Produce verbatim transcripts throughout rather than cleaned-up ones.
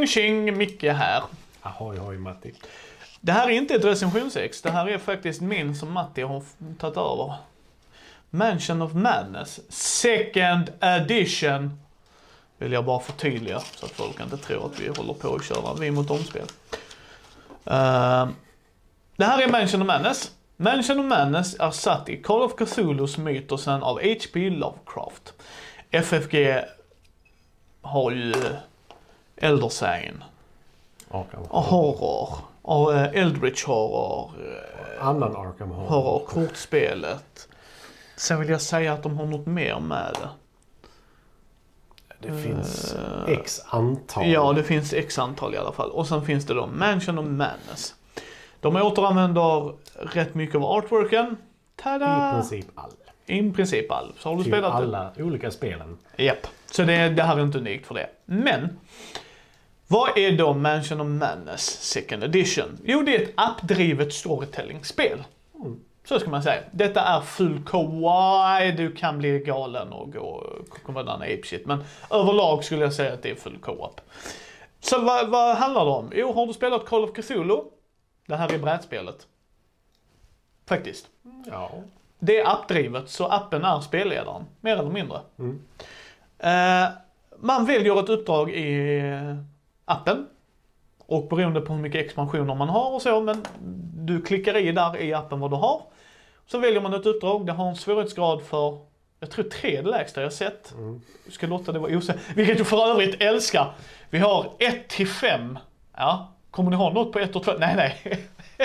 tjing, Micke här. Ahoj, hoj Matti. Det här är inte ett recensionsex. Det här är faktiskt min som Matti har tagit över. Mansion of Madness. Second edition. Vill jag bara förtydliga så att folk inte tror att vi håller på att köra vi mot omspel. Uh, det här är Mansion of Madness. Mansion of Madness är satt i Call of Cthulhus mytosen av H P Lovecraft. F F G har ju Elder Sign. Arkham Horror. Och Eldritch Horror. Annan Arkham Horror. Horror. Kortspelet. Sen vill jag säga att de har något mer med det. Det finns uh, x antal. Ja, det finns x antal i alla fall. Och sen finns det då Mansion of Madness. De återanvänder rätt mycket av artworken. Tada! I princip all. I princip all. Så har du till spelat alla det? olika spelen. Japp. Så det, det här är inte unikt för det. Men vad är då Mansion of Madness Second Edition? Jo, det är ett appdrivet storytelling-spel. Mm. Så ska man säga. Detta är full kawaii. Du kan bli galen och gå kommandana apeshit. Men överlag skulle jag säga att det är full co-op. Så vad, vad handlar det om? Jo, har du spelat Call of Cthulhu? Det här är brädspelet. Faktiskt. Ja. Det är appdrivet, så appen är spelledaren. Mer eller mindre. Mm. Uh, man väljer ett uppdrag i appen. Och beroende på hur mycket expansioner man har och så. Men du klickar i där i appen vad du har. Så väljer man ett uppdrag. Det har en svårighetsgrad för, jag tror tre det lägsta jag sett. Mm. Jag ska låta det vara osäkert. Vilket du för övrigt älskar. Vi har ett till fem. Ja. Kommer ni ha något på ett och två? Nej, nej.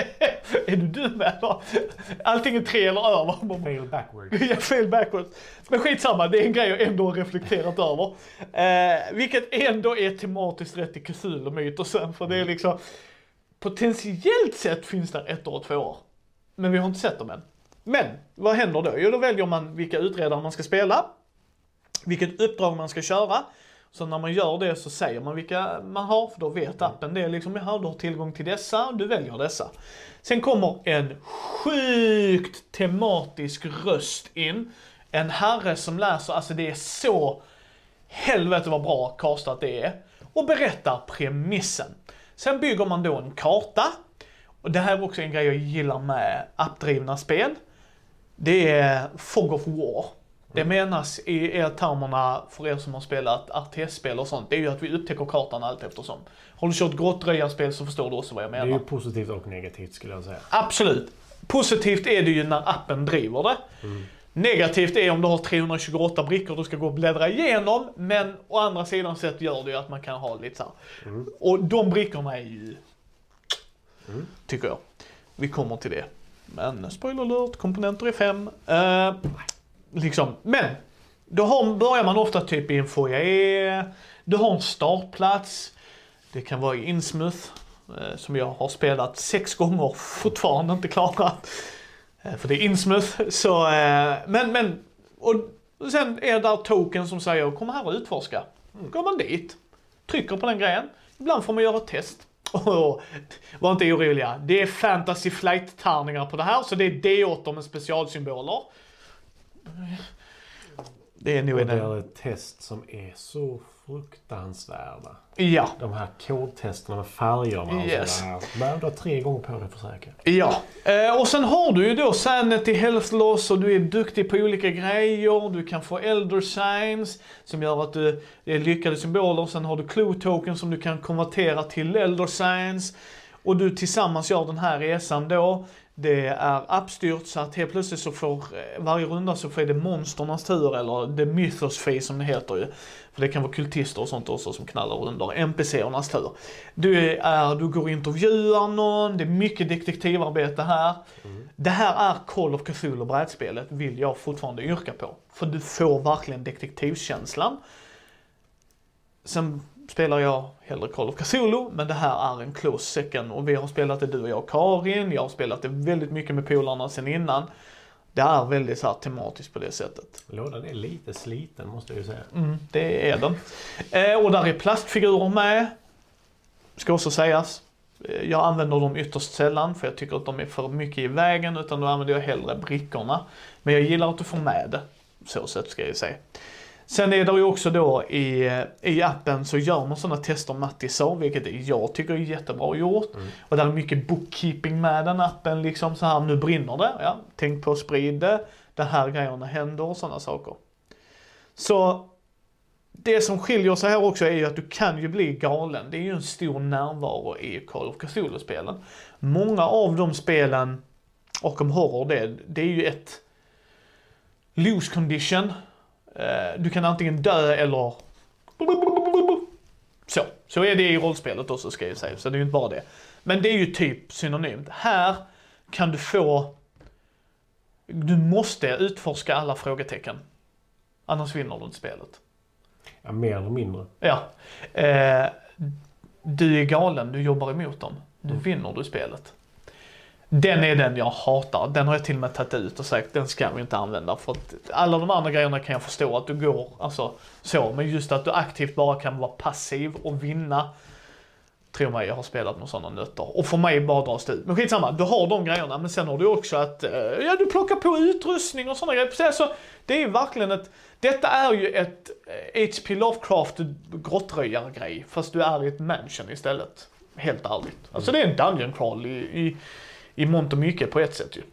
Är du dum eller? Allting är tre eller över. Fail backwards. Ja, fail backwards. Men skitsamma, det är en grej jag ändå har reflekterat över. Eh, vilket ändå är tematiskt rätt i Cthulhu-mytosen. För det är liksom, potentiellt sett finns det ett och två år. Men vi har inte sett dem än. Men, vad händer då? Jo, då väljer man vilka utredare man ska spela. Vilket uppdrag man ska köra. Så när man gör det så säger man vilka man har, för då vet appen det är liksom, ja, du har tillgång till dessa, du väljer dessa. Sen kommer en sjukt tematisk röst in. En herre som läser, alltså det är så helvete vad bra castat det är. Och berättar premissen. Sen bygger man då en karta. Och det här är också en grej jag gillar med appdrivna spel. Det är Fog of War. Det menas i er termerna för er som har spelat R T S-spel och sånt, det är ju att vi upptäcker kartan allt eftersom. Har du kört grottröjarspel så förstår du också vad jag menar. Det är ju positivt och negativt skulle jag säga. Absolut. Positivt är det ju när appen driver det. Mm. Negativt är om du har trehundratjugoåtta brickor du ska gå och bläddra igenom, men å andra sidan sett gör det ju att man kan ha lite så här. Mm. Och de brickorna är ju, mm. tycker jag. Vi kommer till det. Men spoiler alert, komponenter är fem. Uh, Liksom. Men då har, börjar man ofta typ i en foyer. Du har en startplats. Det kan vara i Innsmouth, eh, som jag har spelat sex gånger fortfarande inte klarat. Eh, för det är Innsmouth. Så, eh, men, men, och sen är där token som säger kom här och utforska. Går man dit, trycker på den grejen. Ibland får man göra ett test. Oh, var inte oroliga. Det är fantasy flight-tärningar på det här. Så det är D åtta med specialsymboler. Det är nog en... Det är ett test som är så fruktansvärda. Ja. De här kodtesterna med färgerna och yes. sådär. Men du har tre gånger på det för säkert. Ja. Eh, och sen har du ju då sanity, health loss och du är duktig på olika grejer. Du kan få elder signs som gör att du, det är lyckade symboler. Sen har du clue token som du kan konvertera till elder signs. Och du tillsammans gör den här resan då. Det är appstyrt så att helt plötsligt så får varje runda så får det monsternas tur eller the mythos phase som det heter ju. För det kan vara kultister och sånt också som knallar under N P C-ernas tur. Du, är, du går och intervjuar någon, det är mycket detektivarbete här. Mm. Det här är Call of Cthulhu brädspelet vill jag fortfarande yrka på. För du får verkligen detektivkänslan. Sen spelar jag hellre Call of Cthulhu, men det här är en close second och vi har spelat det du och jag Karin, jag har spelat det väldigt mycket med polarna sen innan. Det är väldigt så här tematiskt på det sättet. Lådan är lite sliten måste jag ju säga. Mm, det är den. Eh, och där är plastfigurer med. Ska också sägas. Jag använder dem ytterst sällan för jag tycker att de är för mycket i vägen utan då använder jag hellre brickorna. Men jag gillar att du får med det. Så sätt ska jag säga. Sen är det ju också då i, i appen så gör man sådana tester Matti sa, vilket jag tycker är jättebra gjort. Mm. Och där är mycket bookkeeping med den appen, liksom så här, nu brinner det, ja, tänk på att sprida det, det här grejerna händer och sådana saker. Så det som skiljer sig här också är ju att du kan ju bli galen. Det är ju en stor närvaro i Call of Cthulhu-spelen. Många av de spelen, och om horror det, det är ju ett lose condition. Du kan antingen dö eller så. Så är det i rollspelet också, ska jag säga. Så det är ju inte bara det. Men det är ju typ synonymt. Här kan du få, du måste utforska alla frågetecken. Annars vinner du inte spelet. Ja, mer eller mindre. Ja. Eh, du är galen, du jobbar emot dem. Du mm. vinner du spelet. Den är den jag hatar. Den har jag till och med tagit ut och sagt den ska vi inte använda. För att alla de andra grejerna kan jag förstå att du går alltså, så. Men just att du aktivt bara kan vara passiv och vinna. Tror mig, jag har spelat med sådana nötter. Och för mig bara dras det ut. Men skitsamma, du har de grejerna. Men sen har du också att ja, du plockar på utrustning och sådana grejer. Så det är verkligen ett, detta är ju ett H P Lovecraft grottröjar-grej. Fast du är i ett mansion istället. Helt ärligt. Alltså det är en dungeon crawl i, i, i mångt och mycket på ett sätt ju.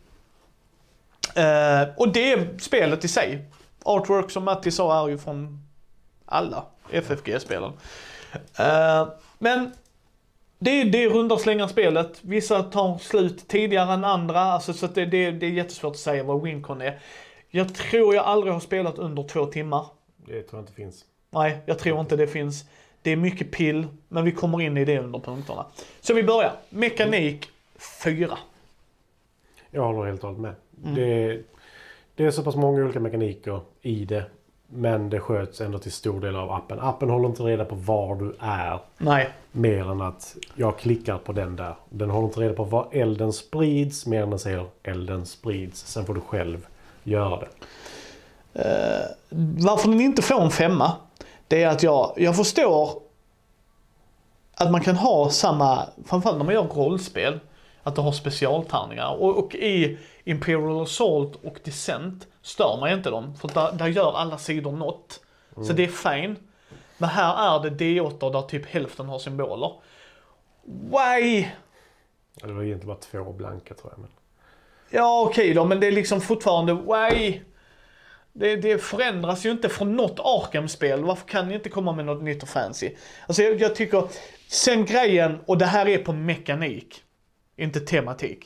Uh, och det är spelet i sig. Artwork som Matti sa är ju från alla F F G-spelen. Uh, men det är det runda slängar spelet. Vissa tar slut tidigare än andra. Alltså, så att det, det, det är jättesvårt att säga vad Wincon är. Jag tror jag aldrig har spelat under två timmar. Det tror jag inte finns. Nej, jag tror inte det finns. Det är mycket pill, men vi kommer in i det under punkterna. Så vi börjar. Mekanik fyra. Jag håller helt och hållet med. Mm. Det, det är så pass många olika mekaniker i det. Men det sköts ändå till stor del av appen. Appen håller inte reda på var du är. Nej. Mer än att jag klickar på den där. Den håller inte reda på var elden sprids. Mer än den säger elden sprids. Sen får du själv göra det. Uh, varför den inte får en femma, det är att jag, jag förstår att man kan ha samma, framförallt när man gör rollspel, att du har specialtärningar. Och, och i Imperial Assault och Descent stör man inte dem. För där, där gör alla sidor något. Mm. Så det är fine. Men här är det D åtta där typ hälften har symboler. Why? Ja, det var egentligen bara två blanka tror jag. Men... Ja okej okay då, men det är liksom fortfarande why? Det, det förändras ju inte från något Arkham-spel. Varför kan ni inte komma med något nytt och fancy? Alltså jag, jag tycker, sen grejen, och det här är på mekanik, inte tematik.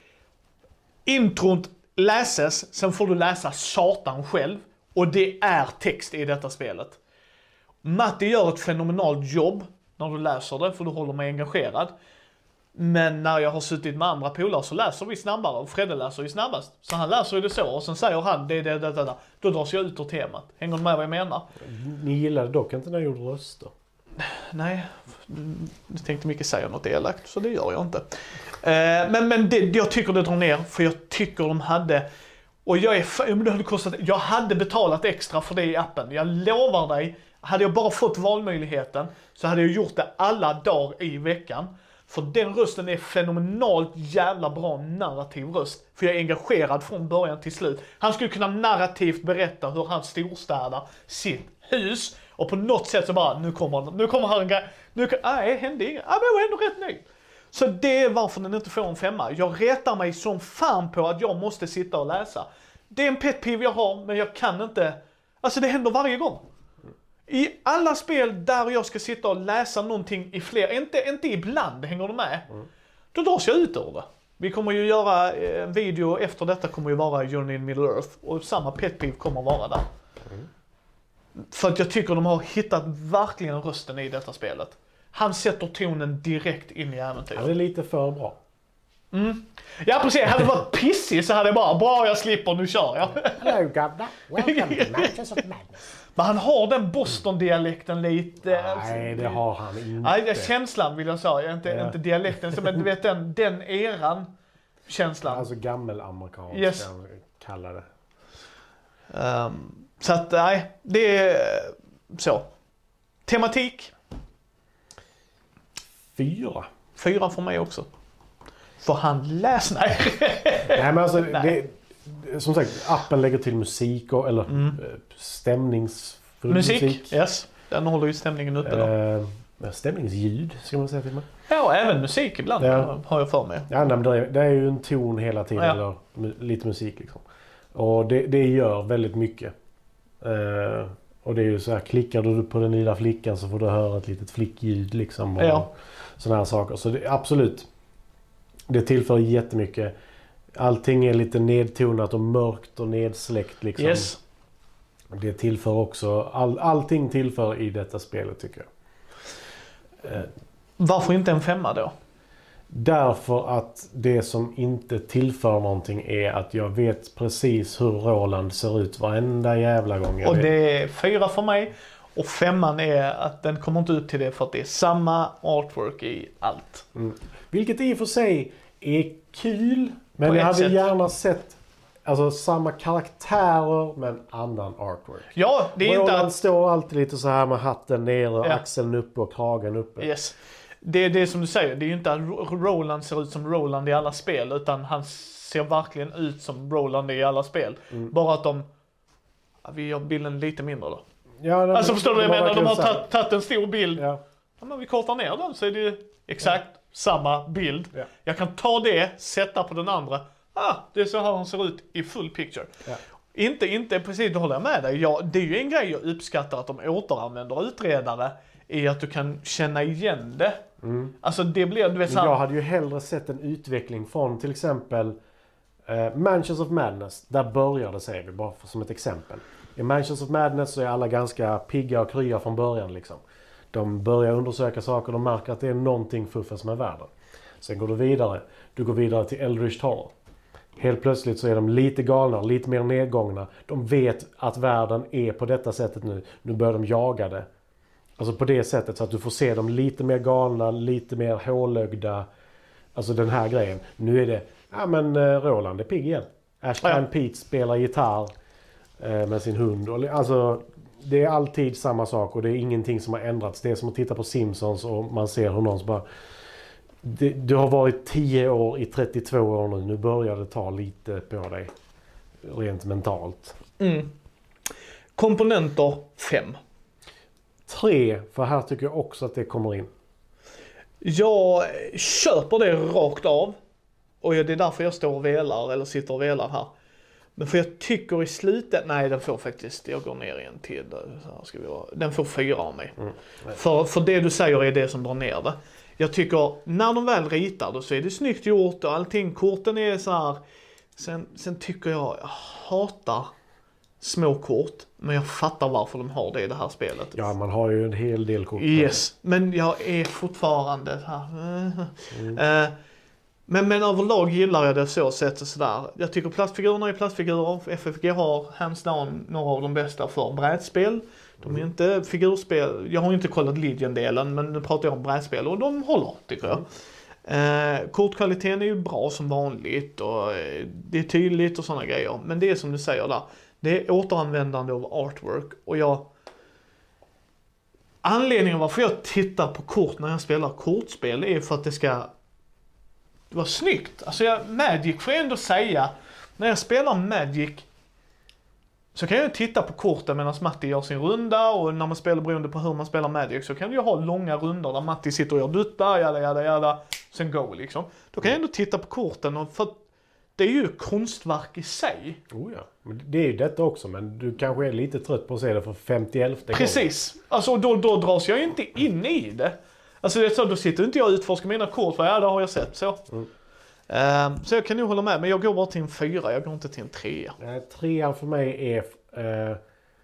Introt läses, sen får du läsa satan själv. Och det är text i detta spelet. Matti gör ett fenomenalt jobb när du läser det, för du håller mig engagerad. Men när jag har suttit med andra polare så läser vi snabbare, och Fredde läser ju snabbast. Så han läser ju det så, och sen säger han det, det, det, det, det. Då dras jag ut ur temat. Hänger du med vad jag menar? Ni gillade dock inte när jag gjorde röster. Nej, jag tänkte mycket säga något elakt, så det gör jag inte. Eh, men men det, jag tycker det drar ner, för jag tycker de hade... Och jag är men det hade kostat, jag hade betalat extra för det i appen. Jag lovar dig, hade jag bara fått valmöjligheten så hade jag gjort det alla dagar i veckan. För den rösten är fenomenalt jävla bra narrativ röst. För jag är engagerad från början till slut. Han skulle kunna narrativt berätta hur han storstädar sitt hus. Och på något sätt så bara, nu kommer, nu kommer här en grej. Nu kan, nej, hände inget. Ja, men jag är ändå rätt nöjd. Så det är varför den inte får en femma. Jag retar mig som fan på att jag måste sitta och läsa. Det är en pet peeve jag har, men jag kan inte. Alltså det händer varje gång. I alla spel där jag ska sitta och läsa någonting i fler, inte, inte ibland, hänger du med? Mm. Då dras jag ut ur det. Vi kommer ju göra en video efter detta, kommer ju vara Journey in Middle Earth. Och samma pet peeve kommer vara där. Mm. För att jag tycker de har hittat verkligen rösten i detta spelet. Han sätter tonen direkt in i äventyret. Han är lite för bra. Mm. Ja precis, hade det varit pissig så hade jag bara, bra jag slipper, nu kör jag. Hello governor, welcome to Mountains of Madness. Men han har den Boston-dialekten lite. Nej, det har han inte. Nej, känslan vill jag säga, inte, ja. inte dialekten. Men du vet den, den eran, känslan. Alltså gammelamerikansk, yes. kan man kalla det. Um, så att nej, det är så. Tematik. Fyra. Fyra för mig också. För han läser, nej. Nej men alltså, det, som sagt, appen lägger till musik och, eller mm. stämnings Musik, musik, yes. Den håller ju stämningen uppe då. Eh, stämningsljud, ska man säga till mig. Ja, och även musik ibland ja. Har jag för mig. Ja, nej, men det, är, det är ju en ton hela tiden, ja. Eller m- lite musik liksom. Och det, det gör väldigt mycket. Eh, och det är ju så här, klickar du på den lilla flickan så får du höra ett litet flickljud liksom. Och ja. Sådana här saker. Så det, absolut, det tillför jättemycket. Allting är lite nedtonat och mörkt och nedsläckt liksom. Yes. Det tillför också, all, allting tillför i detta spelet tycker jag. Eh, Varför inte en femma då? Därför att det som inte tillför någonting är att jag vet precis hur Roland ser ut varenda jävla gång jag Och vet. det är fyra för mig. Och femman är att den kommer inte ut till det för att det är samma artwork i allt. Mm. Vilket i och för sig är kul. Men På jag ett hade sätt. gärna sett alltså, samma karaktärer men annan artwork. Ja, det är Roland inte att... står alltid lite så här med hatten nere, Ja. axeln uppe och kragen uppe. Yes. Det är det som du säger, det är ju inte att Roland ser ut som Roland i alla spel, utan han ser verkligen ut som Roland i alla spel. Mm. Bara att de, ja, vi gör bilden lite mindre då. Ja, de, alltså förstår du vad jag menar? De har så... tagit, tagit en stor bild. Ja. Ja, men vi kortar ner den så är det exakt ja. samma bild. Ja. Jag kan ta det, sätta på den andra. Ah, det är så här han ser ut i full picture. Ja. Inte, inte precis, det håller jag med dig. Ja, det är ju en grej jag uppskattar att de återanvänder utredare i att du kan känna igen det. Mm. Alltså det blir, du vet så här... Jag hade ju hellre sett en utveckling från till exempel eh, Mansions of Madness. Där började, säger vi, bara för, som ett exempel. I Mansions of Madness så är alla ganska pigga och krya från början liksom. De börjar undersöka saker, de märker att det är någonting fuffens med världen. Sen går du vidare. Du går vidare till Eldritch Horror. Helt plötsligt så är de lite galna, lite mer nedgångna. De vet att världen är på detta sättet nu. Nu börjar de jaga det. Alltså på det sättet så att du får se dem lite mer galna, lite mer hålögda. Alltså den här grejen. Nu är det, ja men Roland är pigg igen. Ashcan ja. Pete spelar gitarr eh, med sin hund. Och, alltså det är alltid samma sak och det är ingenting som har ändrats. Det är som att titta på Simpsons och man ser hur någon bara... Det, du har varit tio år i trettiotvå år nu. Nu börjar det ta lite på dig. Rent mentalt. Mm. Komponenter fem. Tre, för här tycker jag också att det kommer in. Jag köper det rakt av. Och det är därför jag står och velar, eller sitter och velar här. Men för jag tycker i slutet, nej den får faktiskt, jag går ner igen till, så här ska vi vara, den får fyra av mig. Mm. För, för det du säger är det som drar ner det. Jag tycker, när de väl ritar det så är det snyggt gjort och allting, korten är så här. Sen, sen tycker jag, jag hatar små kort, men jag fattar varför de har det i det här spelet. Ja, man har ju en hel del kort. Yes, men jag är fortfarande här. Mm. Uh, men, men överlag gillar jag det så sätt och sådär. Jag tycker plastfigurerna är plastfigurer. F F G har hands down några av de bästa för brädspel. De är mm. inte figurspel. Jag har inte kollat Legion-delen, men nu pratar jag om brädspel och de håller, tycker jag. Mm. Uh, kortkvaliteten är ju bra som vanligt och uh, det är tydligt och sådana grejer. Men det är som du säger där. Det är återanvändande av artwork och jag... Anledningen varför jag tittar på kort när jag spelar kortspel är för att det ska vara snyggt. Alltså jag, Magic får jag ändå säga, när jag spelar Magic så kan jag titta på korten medan Matti gör sin runda och när man spelar beroende på hur man spelar Magic så kan du ju ha långa rundor där Matti sitter och gör dutta, jada jada jada, sen go liksom. Då kan jag ändå titta på korten och för det är ju konstverk i sig. Oh ja, men det är ju detta också, men du kanske är lite trött på att se det för femtioelfte Precis, gång. Alltså då, då dras jag ju inte in i det. Alltså det är så, då sitter inte jag och utforskar mina kort, för ja, det har jag sett så. Mm. Uh, så jag kan ju hålla med, men jag går bara till en fyra, jag går inte till en trea. Uh, trean för mig är... Uh,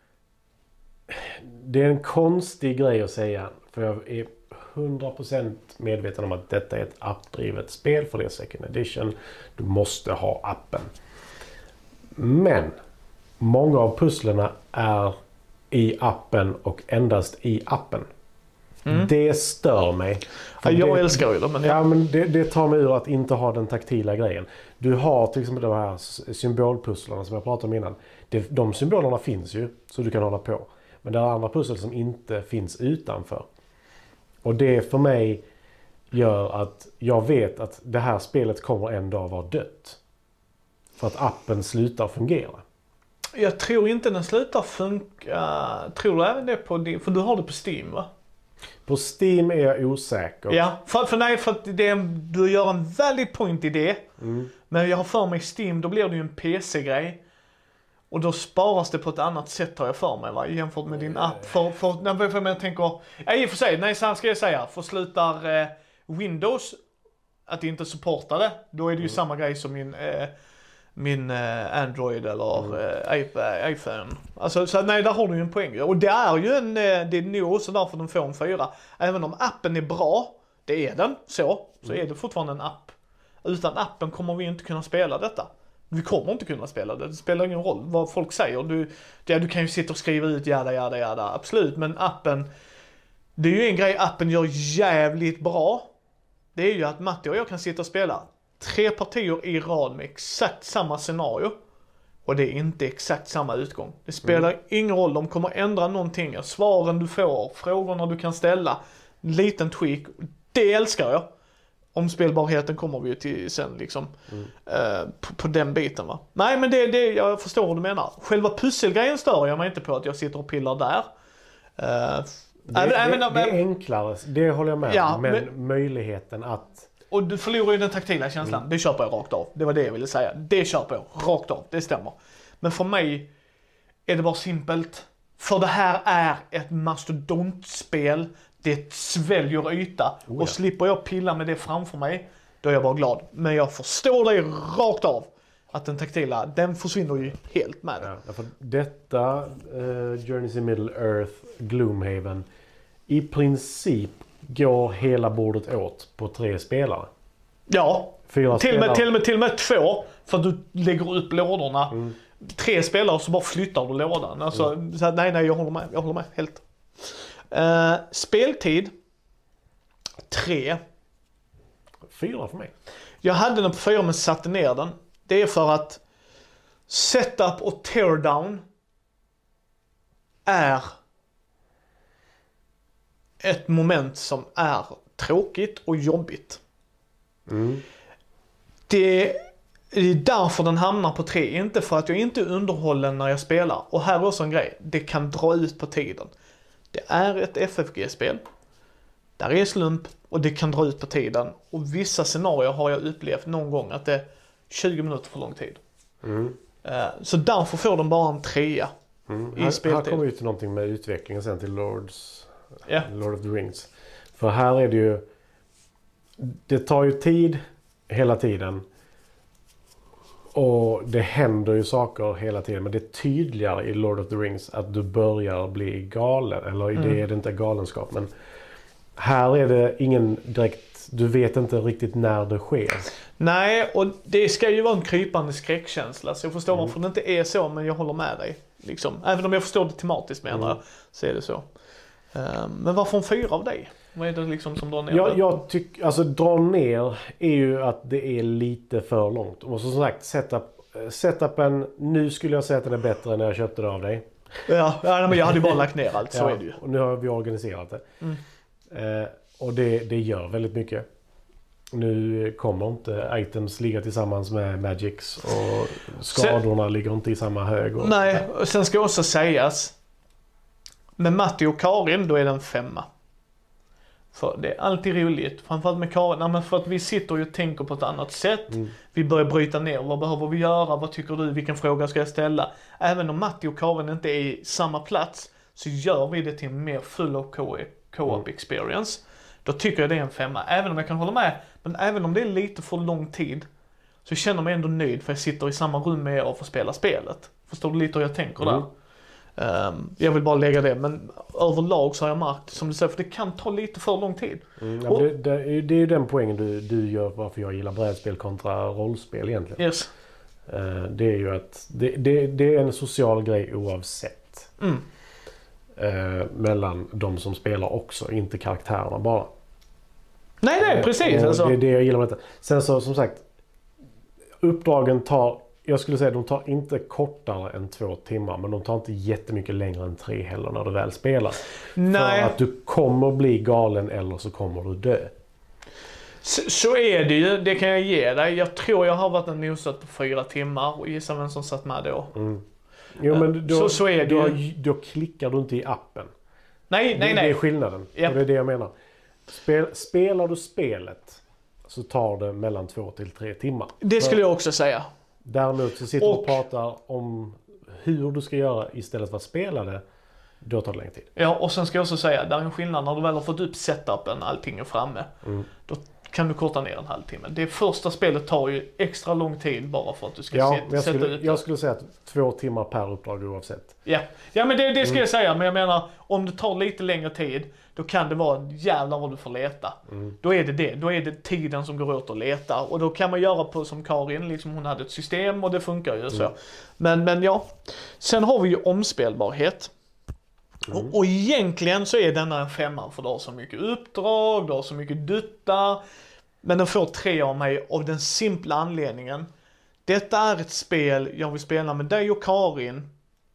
det är en konstig grej att säga, för jag är hundra procent medveten om att detta är ett appdrivet spel för det second edition. Du måste ha appen. Men många av pusslerna är i appen och endast i appen. Mm. Det stör mig. Ja, jag det, älskar ju det. Men, ja, men det, det tar mig ur att inte ha den taktila grejen. Du har till exempel de här symbolpusslarna som jag pratade om innan. Det, de symbolerna finns ju, så du kan hålla på. Men det är andra pussel som inte finns utanför. Och det för mig gör att jag vet att det här spelet kommer en dag vara dött. För att appen slutar fungera. Jag tror inte den slutar funka. Tror du även det på din, för du har det på Steam va? På Steam är jag osäker. Ja, för, för nej, för att det, du gör en valid point i det. Mm. Men jag har för mig Steam, då blir det ju en P C-grej. Och då sparas det på ett annat sätt har jag för mig va, jämfört med din app. För, för, för, för jag tänker, ja i och för sig, nej så här ska jag säga, för slutar eh, Windows att inte supporta det, då är det ju mm. samma grej som min, eh, min eh, Android eller mm. eh, iPad, iPhone. Alltså så nej, där har du ju en poäng. Och det är ju en, eh, det är nog så därför de får en fyra. Även om appen är bra, det är den, så, så mm. är det fortfarande en app. Utan appen kommer vi inte kunna spela detta. Vi kommer inte kunna spela det. Det spelar ingen roll vad folk säger. Du, det, du kan ju sitta och skriva ut jada, jada, jada. Absolut, men appen... Det är ju en grej appen gör jävligt bra. Det är ju att Matti och jag kan sitta och spela tre partier i rad med exakt samma scenario. Och det är inte exakt samma utgång. Det spelar mm. ingen roll. De kommer ändra någonting. Svaren du får, frågorna du kan ställa. Liten tweak. Det älskar jag. Omspelbarheten kommer vi ju till sen liksom mm. uh, på, på den biten va. Nej men det, det, jag förstår vad du menar. Själva pusselgrejen stör jag mig inte på att jag sitter och pillar där. Uh, det, även, det, även, det är enklare, det håller jag med ja, men, men möjligheten att... Och du förlorar ju den taktila känslan, mm. det köper jag rakt av. Det var det jag ville säga. Det köper jag rakt av, det stämmer. Men för mig är det bara simpelt. För det här är ett mastodontspel. Det sväljer yta. Oh ja. Och slipper jag pilla med det framför mig, då är jag bara glad. Men jag förstår det rakt av. Att den taktila, den försvinner ju helt med det. Ja, för detta uh, Journeys in Middle Earth, Gloomhaven, i princip går hela bordet åt på tre spelare. Ja, Fyra till, med, till, med, till med två. För du lägger upp lådorna. Mm. Tre spelare så bara flyttar du lådan. Alltså, mm. så, nej, nej, jag håller med. Jag håller med helt. Uh, speltid tre. Fyra för mig. Jag hade den på fyra men satte ner den. Det är för att setup och teardown är ett moment som är tråkigt och jobbigt. Mm. Det är därför den hamnar på tre. Inte för att jag inte är underhållen när jag spelar. Och här är också en grej. Det kan dra ut på tiden. Det är ett F F G-spel. Där är slump och det kan dra ut på tiden. Och vissa scenarier har jag upplevt någon gång att det är tjugo minuter för lång tid. Mm. Så därför får de bara en trea mm. i här, speltid. Här kommer vi till någonting med utvecklingen sen till Lords, yeah. Lord of the Rings. För här är det ju... Det tar ju tid hela tiden. Och det händer ju saker hela tiden. Men det är tydligare i Lord of the Rings att du börjar bli galen. Eller mm. det är det inte galenskap. Men här är det ingen direkt... Du vet inte riktigt när det sker. Nej, och det ska ju vara en krypande skräckkänsla. Så jag förstår mm. varför det inte är så, men jag håller med dig. Liksom. Även om jag förstår det tematiskt menar jag, mm. så är det så. Uh, men varför en fyra av dig? Vad är det liksom som drar ner? Jag, jag tycker, alltså dra ner är ju att det är lite för långt. Och som sagt, setup, setupen, nu skulle jag säga att den är bättre när jag köpte det av dig. Ja, ja men jag hade ju bara lagt ner allt, så ja, är det ju. Och nu har vi organiserat det. Mm. Uh, och det, det gör väldigt mycket. Nu kommer inte items ligga tillsammans med Magics och skadorna sen, ligger inte i samma hög. Och, nej, och sen ska också sägas med Matti och Karin, då är det en femma. För det är alltid roligt, framförallt med Karin, nej, men för att vi sitter och tänker på ett annat sätt. Mm. Vi börjar bryta ner, vad behöver vi göra, vad tycker du, vilken fråga ska jag ställa? Även om Matti och Karin inte är i samma plats så gör vi det till en mer full of co-op, co-op mm. experience. Då tycker jag det är en femma. Även om jag kan hålla med. Men även om det är lite för lång tid. Så känner jag mig ändå nöjd. För jag sitter i samma rum med er och får spela spelet. Förstår du lite hur jag tänker mm. där? Um, jag vill bara lägga det. Men överlag så har jag märkt. Som du säger. För det kan ta lite för lång tid. Mm, ja, och, det, det, är, det är ju den poängen du, du gör. Varför jag gillar brädspel kontra rollspel egentligen. Yes. Uh, det är ju att. Det, det, det är en social grej oavsett. Mm. Uh, mellan de som spelar också. Inte karaktärerna bara. Nej, nej, precis. Och alltså. Det är det jag gillar med detta. Sen så, som sagt, uppdragen tar, jag skulle säga de tar inte kortare än två timmar, men de tar inte jättemycket längre än tre heller när du väl spelar. Nej. För att du kommer bli galen eller så kommer du dö. Så, så är det ju, det kan jag ge dig. Jag tror jag har varit en nosat på fyra timmar och gissa vem som satt med då. Mm. Jo, men då, så, så är det då, ju. då klickar du inte i appen. Nej, nej, det, nej. det är skillnaden. Yep. Och det är det jag menar. Spel, spelar du spelet så tar det mellan två till tre timmar. Det skulle jag också säga. Däremot så sitter du och Och- pratar om hur du ska göra istället för att spela det. Då tar det längre tid. Ja, och sen ska jag också säga, där är en skillnad när du väl har fått upp setupen, allting är framme. Mm. Då kan du korta ner en halvtimme. Det första spelet tar ju extra lång tid bara för att du ska Ja, se, men jag sätta skulle, ut det. jag skulle säga att två timmar per uppdrag oavsett. Ja. ja, men det, det ska Mm. jag säga. Men jag menar, om det tar lite längre tid, då kan det vara jävlar vad du får leta. Mm. Då är det det. Då är det tiden som går åt att leta. Och då kan man göra på som Karin, liksom hon hade ett system och det funkar ju så. Mm. Men, men ja. Sen har vi ju omspelbarhet. Mm. Och, och egentligen så är denna en femma för du har så mycket uppdrag, du har så mycket duttar. Men den får tre av mig av den simpla anledningen. Detta är ett spel jag vill spela med dig och Karin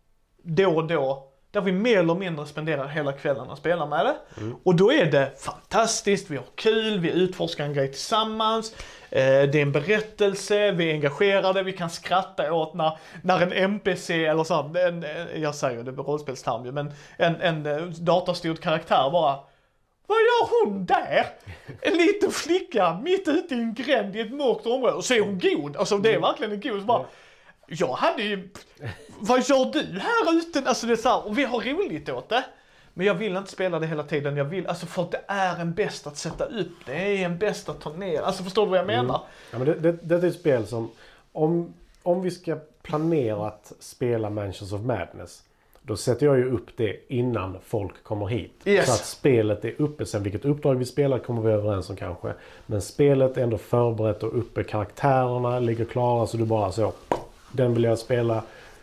då och då. Där vi mer eller mindre spenderar hela kvällen att spela med det. Mm. Och då är det fantastiskt, vi har kul, vi utforskar en grej tillsammans. Eh, det är en berättelse, vi är engagerade, vi kan skratta åt när, när en N P C eller så, en, en, jag säger det på rollspelsterm ju, men en, en, en datorstyrd karaktär bara, vad gör hon där? En liten flicka mitt ute i en gränd i ett mörkt område och så är hon god. Alltså det är verkligen en god. Så bara, jag hade ju, vad gör du här ute? Alltså det är så här, och vi har roligt åt det. Men jag vill inte spela det hela tiden. Jag vill, alltså för att det är en bäst att sätta upp. Det är en bäst att ta ner. Alltså förstår du vad jag menar? Mm. Ja, men det, det, det är ett spel som, om, om vi ska planera att spela Mansions of Madness, då sätter jag ju upp det innan folk kommer hit. Yes. Så att spelet är uppe. Sen vilket uppdrag vi spelar kommer vi överens om kanske. Men spelet är ändå förberett och uppe. Karaktärerna ligger klara så du bara så, den vill jag spela.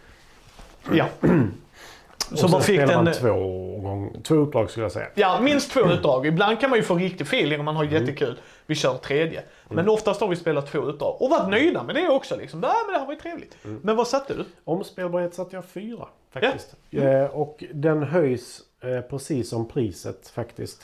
Ja. Och Så sen man fick spelar den... man två, gång, två uppdrag skulle jag säga. Ja, minst två utdrag. Ibland kan man ju få riktig feeling om man har jättekul. Vi kör tredje. Men oftast har vi spelat två utdrag. Och varit nöjda med det också liksom. Ja, men det har varit trevligt. Men vad satte du? Omspelbarhet satte jag fyra faktiskt. Eh, och den höjs eh, precis som priset faktiskt.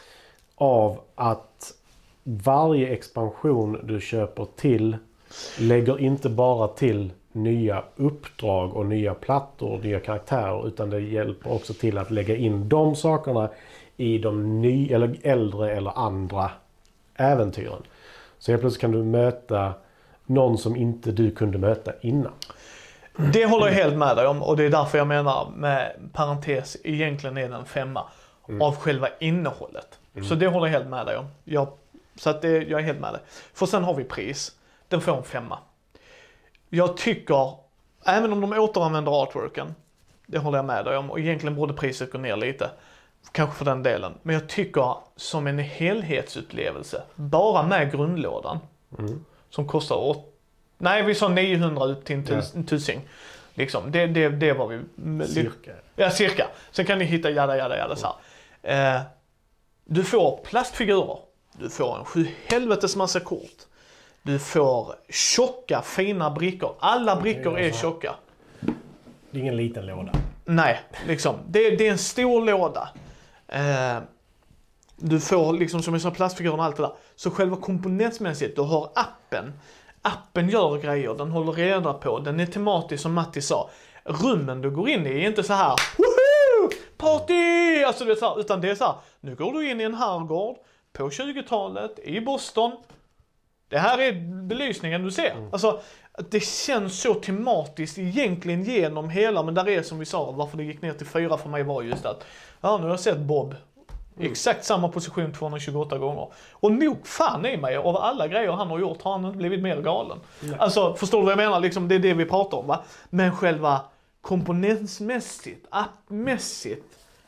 Av att varje expansion du köper till lägger inte bara till nya uppdrag och nya plattor och nya karaktärer, utan det hjälper också till att lägga in de sakerna i de nya eller äldre eller andra äventyren. Så helt plötsligt kan du möta någon som inte du kunde möta innan. Det håller jag helt med dig om och det är därför jag menar med parentes, egentligen är den femma mm. av själva innehållet. Mm. Så det håller jag helt med dig om. Jag, så att det, jag är helt med dig. För sen har vi pris. Den får en femma. Jag tycker, även om de återanvänder artworken, det håller jag med dig om och egentligen borde priset gå ner lite. Kanske för den delen. Men jag tycker som en helhetsupplevelse, bara med grundlådan, mm. som kostar åt, nej vi sa niohundra upp till en, tus, en tusing. Liksom, det, det, det var vi... Cirka. Ja, cirka. Sen kan ni hitta jada, jada, jada så här. Eh, du får plastfigurer. Du får en sju helvetes massa kort. Du får tjocka, fina brickor. Alla brickor är tjocka. Det är ingen liten låda. Nej, liksom. Det, det är en stor låda. Eh, du får liksom som jag sa plastfigurer och allt det där. Så själva komponentsmässigt, du har appen. Appen gör grejer, den håller reda på. Den är tematisk som Matti sa. Rummen du går in i är inte så här woho! Party! Alltså det är så här, utan det är så här. Nu går du in i en herrgård på tjugotalet i Boston. Det här är belysningen du ser. Mm. Alltså, det känns så tematiskt egentligen genom hela, men där är som vi sa, varför det gick ner till fyra för mig var just att, ja nu har jag sett Bob. Mm. Exakt samma position tvåhundratjugoåtta gånger. Och nog fan i mig, av alla grejer han har gjort har han inte blivit mer galen. Mm. Alltså, förstår du vad jag menar? Liksom, det är det vi pratar om va? Men själva komponentsmässigt, appmässigt,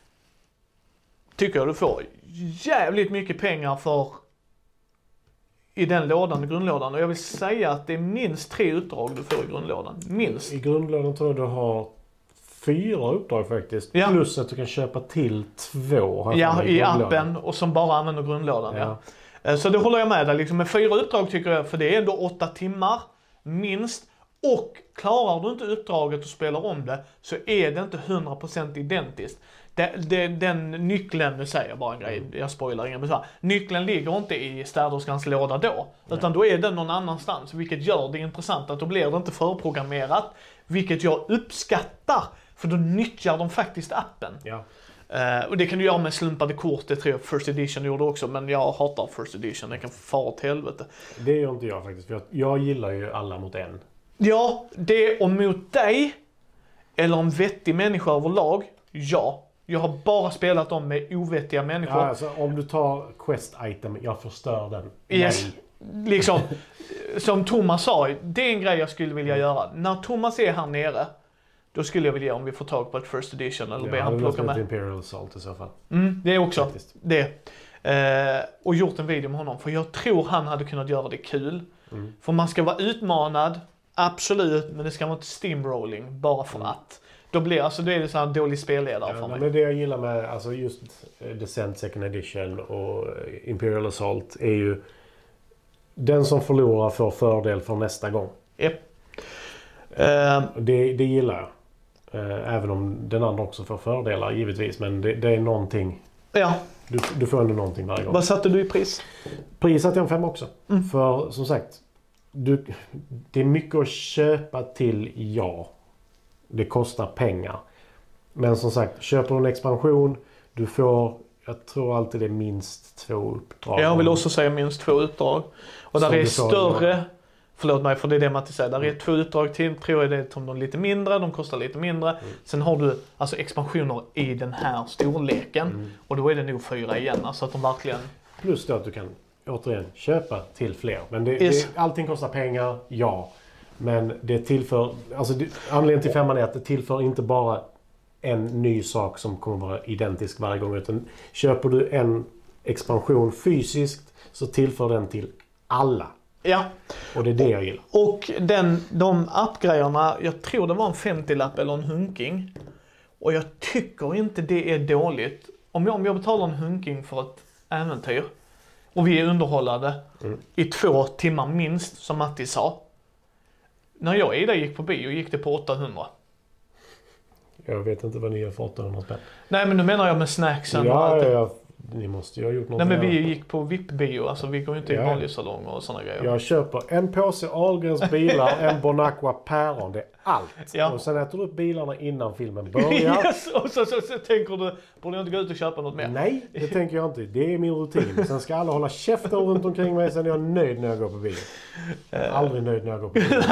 tycker jag du får jävligt mycket pengar för i den lådan, i grundlådan. Och jag vill säga att det är minst tre uppdrag du får i grundlådan. Minst. I grundlådan tror jag du har fyra uppdrag faktiskt. Ja. Plus att du kan köpa till två. Ja, i appen och som bara använder grundlådan. Ja. Ja. Så det håller jag med dig. Liksom. Med fyra uppdrag tycker jag, för det är ändå åtta timmar minst. Och klarar du inte uppdraget och spelar om det så är det inte hundra procent identiskt. det, det, den nyckeln, nu säger jag bara en grej, jag spoilar ingen besvär. Nyckeln ligger inte i städerskans låda då, Nej. utan då är den någon annanstans, vilket gör det intressant att då blir det inte förprogrammerat, vilket jag uppskattar, för då nyttjar de faktiskt appen. Ja. Uh, och det kan du göra med slumpade kort, det tror jag First Edition gjorde också, men jag hatar First Edition, det kan fara åt helvete. Det gör inte jag faktiskt, för jag, jag gillar ju alla mot en. Ja, det och mot dig, eller en vettig människa överlag, ja. Jag har bara spelat dem med ovettiga människor. Ja, alltså, om du tar quest-item, jag förstör den. Yes. Nej. Liksom, som Thomas sa, det är en grej jag skulle vilja göra. När Thomas är här nere, då skulle jag vilja, om vi får tag på ett First Edition eller ja, be han plocka med. Imperial Assault i så fall. Mm, det är också Faktiskt. det. Eh, och gjort en video med honom, för jag tror han hade kunnat göra det kul. Mm. För man ska vara utmanad, absolut, men det ska vara inte steamrolling bara för Mm. att. Då blir alltså det är det så här dålig spelledare Ja, för mig. men det jag gillar med alltså just Descent Second Edition och Imperial Assault är ju den som förlorar får fördel för nästa gång. Yep. Uh, det, det gillar jag. Uh, även om den andra också får fördelar givetvis, men det, det är någonting. Ja. Du, du får ändå någonting varje gång. Vad satte du i pris? Pris satte jag en fem också. Mm. För som sagt, du, det är mycket att köpa till, ja. Det kostar pengar. Men som sagt, köper du en expansion, du får, jag tror alltid det är minst två uppdrag. Jag vill också säga minst två uppdrag. Och där är större, förlåt mig för det är det Matti säger, där är två uppdrag till, tror jag det är de lite mindre, de kostar lite mindre. Mm. Sen har du alltså expansioner i den här storleken mm. och då är det nog fyra igen, alltså att de verkligen... Plus då att du kan återigen köpa till fler. Men det, yes. det, allting kostar pengar, ja. Men det tillför, alltså det, anledningen till femman är att det tillför inte bara en ny sak som kommer vara identisk varje gång, utan köper du en expansion fysiskt så tillför den till alla. Ja. Och det är det jag gillar. Och den, de appgrejerna, jag tror det var en femtio-lapp eller en hunking. Och jag tycker inte det är dåligt. Om jag, om jag betalar en hunking för ett äventyr och vi är underhållade mm. i två timmar minst, som Matti sa. När jag och Ida gick på bio gick det på åttahundra. Jag vet inte vad ni har fått åttahundra spänn. Nej, men nu menar jag med snacksen ja, och allt det. Ja, ni måste ju ha gjort något. Nej, men vi gick på V I P-bio. Alltså vi går ju inte ja. i vanlig salong och sådana grejer. Jag köper en påse Ahlgrens bilar, en Bonacqua päron. Det är allt. Ja. Och sen äter du upp bilarna innan filmen börjar. Yes, och så, så, så tänker du, borde jag inte gå ut och köpa något mer? Nej, det tänker jag inte. Det är min rutin. Sen ska alla hålla käften runt omkring mig, sen är jag nöjd när jag går på bio. Jag är aldrig nöjd när jag går på bio.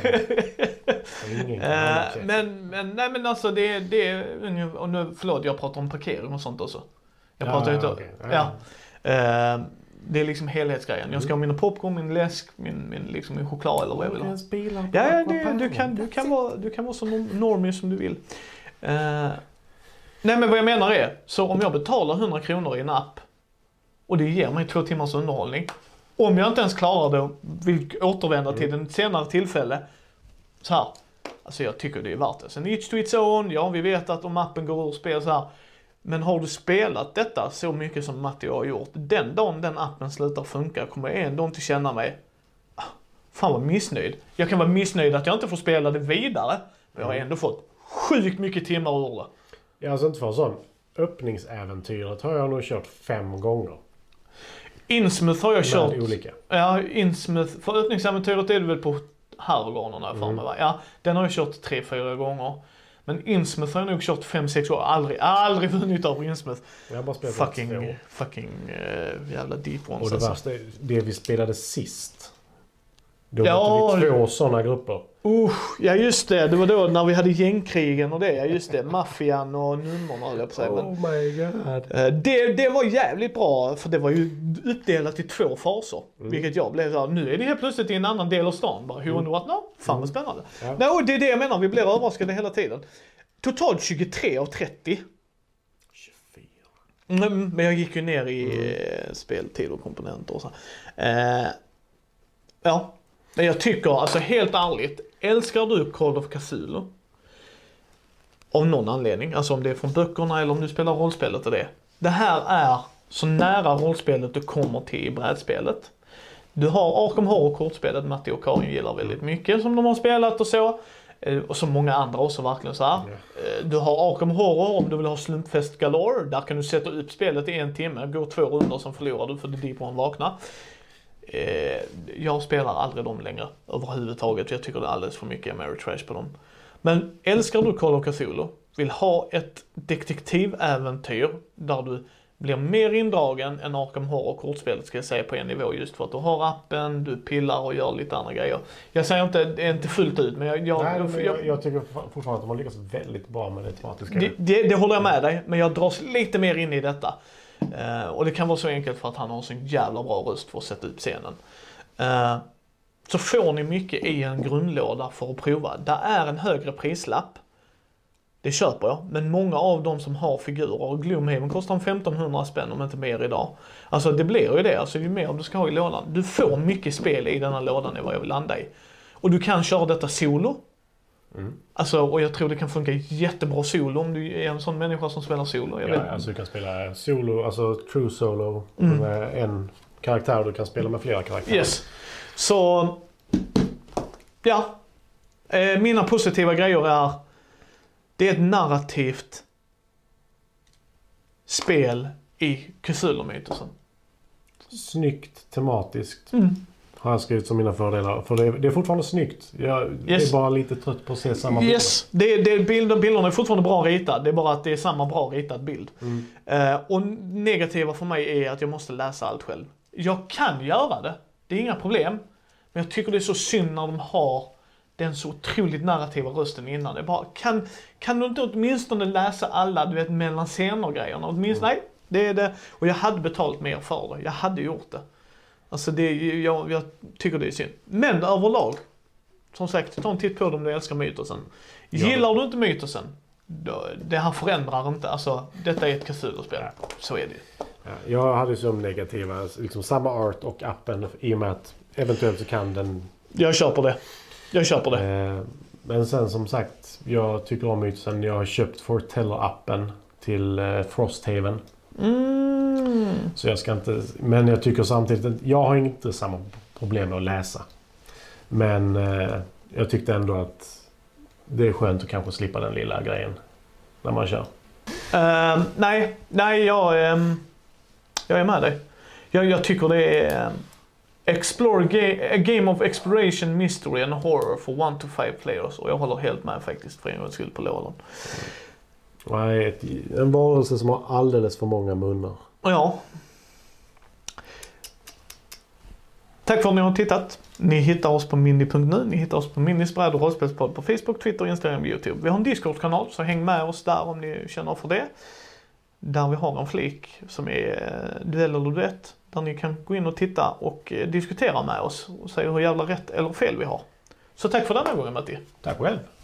Ingen uh, men, men, nej men alltså det, det är, och nu, förlåt jag pratar om parkering och sånt också. Jag ja, pratar ju ja, inte, okay. ja. ja. Uh, det är liksom helhetsgrejen. Jag ska ha mina popcorn, min läsk, min, min, liksom, min choklad eller vad jag vill ha. Ja, ja det, du, kan, du, kan vara, du kan vara så normig som du vill. Uh, nej men vad jag menar är, så om jag betalar hundra kronor i en app och det ger mig två timmars underhållning. Om jag inte ens klarar det och vill återvända till en senare tillfälle, så här, alltså jag tycker det är värt det. Sen each to its own, ja vi vet att om appen går ur spel så här. Men har du spelat detta så mycket som Matti och jag har gjort, den dagen den appen slutar funka kommer jag ändå inte känna mig, ah, fan vad missnöjd. Jag kan vara missnöjd att jag inte får spela det vidare, men jag har ändå fått sjukt mycket timmar ur det. Ja, alltså inte för sån. Öppningsäventyret har jag nog kört fem gånger. Innsmouth har jag kört. Olika. Ja, Innsmouth. För öppningsäventyret är det väl på Hargornerna för mig va? Ja, den har jag kört tre, fyra gånger. Men Innsmouth har jag nog kört fem, sex år. Aldrig, aldrig vunnit av Innsmouth. Jag har bara spelat fucking, fucking uh, jävla deep ones. Och det alltså. värsta är det vi spelade sist. Då ja, var vi två sådana grupper. Uh, ja just det, det var då när vi hade gängkrigen och det, ja just det, maffian och nummerna höll jag på sig. Men, oh my god. Det, det var jävligt bra för det var ju uppdelat i två faser. Mm. Vilket jag blev såhär, nu är det helt plötsligt i en annan del av stan. Bara, hur mm. what no? Fan vad spännande. Mm. Ja. Nej, det är det jag menar, vi blir överraskade hela tiden. Totalt tjugotre av trettio. tjugofyra. Mm, men jag gick ju ner i mm. speltid och komponenter och så. Eh, ja. Men jag tycker, alltså helt ärligt, älskar du Call of Cthulhu? Av någon anledning, alltså om det är från böckerna eller om du spelar rollspelet och det. Det här är så nära rollspelet du kommer till i brädspelet. Du har Arkham Horror-kortspelet, Matti och Karin gillar väldigt mycket som de har spelat och så. Och så många andra också verkligen så här. Ja. Du har Arkham Horror om du vill ha slumpfest galore. Där kan du sätta upp spelet i en timme. Gå två runder som förlorar du för det Deep One vaknar. Jag spelar aldrig dem längre överhuvudtaget. Jag tycker det är alldeles för mycket Ameritrash på dem. Men älskar du Call of Cthulhu, vill ha ett detektiväventyr där du blir mer indragen än Arkham Horror-kortspelet ska jag säga på en nivå just för att du har appen, du pillar och gör lite andra grejer. Jag säger inte, det är inte fullt ut men jag... jag, Nej, jag, men jag, jag, jag tycker fortfarande att de har lyckats väldigt bra med det tematiska. Det, det, det håller jag med dig, men jag dras lite mer in i detta. Uh, och det kan vara så enkelt för att han har så jävla bra röst för att sätta upp scenen. Uh, så får ni mycket i en grundlåda för att prova. Det är en högre prislapp. Det köper jag. Men många av dem som har figurer, Gloomhaven kostar femtonhundra spänn om inte mer idag. Alltså det blir ju det. Alltså ju mer du ska ha i lådan. Du får mycket spel i denna lådan i vad jag vill landa i. Och du kan köra detta solo. Mm. Alltså, och jag tror det kan funka jättebra solo om du är en sån människa som spelar solo. Jag ja, vet. alltså du kan spela solo, alltså true solo Mm. med en karaktär. Du kan spela med flera karaktärer. Yes. Så, ja. Eh, mina positiva grejer är det är ett narrativt spel i Cthulhu-mytosen. Snyggt, tematiskt. Mm. Har jag skrivit som mina fördelar. För det är, det är fortfarande snyggt. Jag Yes. är bara lite trött på att se samma bild. Yes, det, det, bilder, bilderna är fortfarande bra ritad. Det är bara att det är samma bra ritad bild. Mm. Eh, och negativa för mig är att jag måste läsa allt själv. Jag kan göra det. Det är inga problem. Men jag tycker det är så synd när de har den så otroligt narrativa rösten innan. Det är bara, kan, kan du inte åtminstone läsa alla, du vet, mellan scener-grejerna? Åtminstone, mm. nej, det är det. Och jag hade betalt mer för det. Jag hade gjort det. Alltså det, jag, jag tycker det är synd. Men överlag, som sagt, ta en titt på dem om du älskar mytosen. Gillar ja. du inte mytosen, då, det här förändrar inte. Alltså, detta är ett Cthulhu-spel. Ja. Så är det ju. Ja, jag hade som negativa, liksom samma art och appen i och med att eventuellt så kan den... Jag köper det. Jag köper det. Eh, men sen som sagt, jag tycker om mytosen. Jag har köpt Forteller-appen till eh, Frosthaven. Mm. Så jag ska inte... Men jag tycker samtidigt att jag har inte samma problem med att läsa. Men eh, jag tyckte ändå att det är skönt att kanske slippa den lilla grejen när man kör. Uh, nej, nej jag, um, jag är med dig. Jag, jag tycker det är um, explore ga- a game of exploration, mystery and horror for one to five players. Och jag håller helt med faktiskt för en gångs skull på lådan. Nej, ett, en varelse som har alldeles för många munnar. Ja. Tack för att ni har tittat. Ni hittar oss på mindy punkt nu. Ni hittar oss på Mindys bräd och rollspelspodd på Facebook, Twitter, Instagram och YouTube. Vi har en Discord-kanal så häng med oss där om ni känner för det. Där vi har en flik som är duell eller duett. Där ni kan gå in och titta och diskutera med oss och säga hur jävla rätt eller fel vi har. Så tack för denna gången, Matti. Tack själv.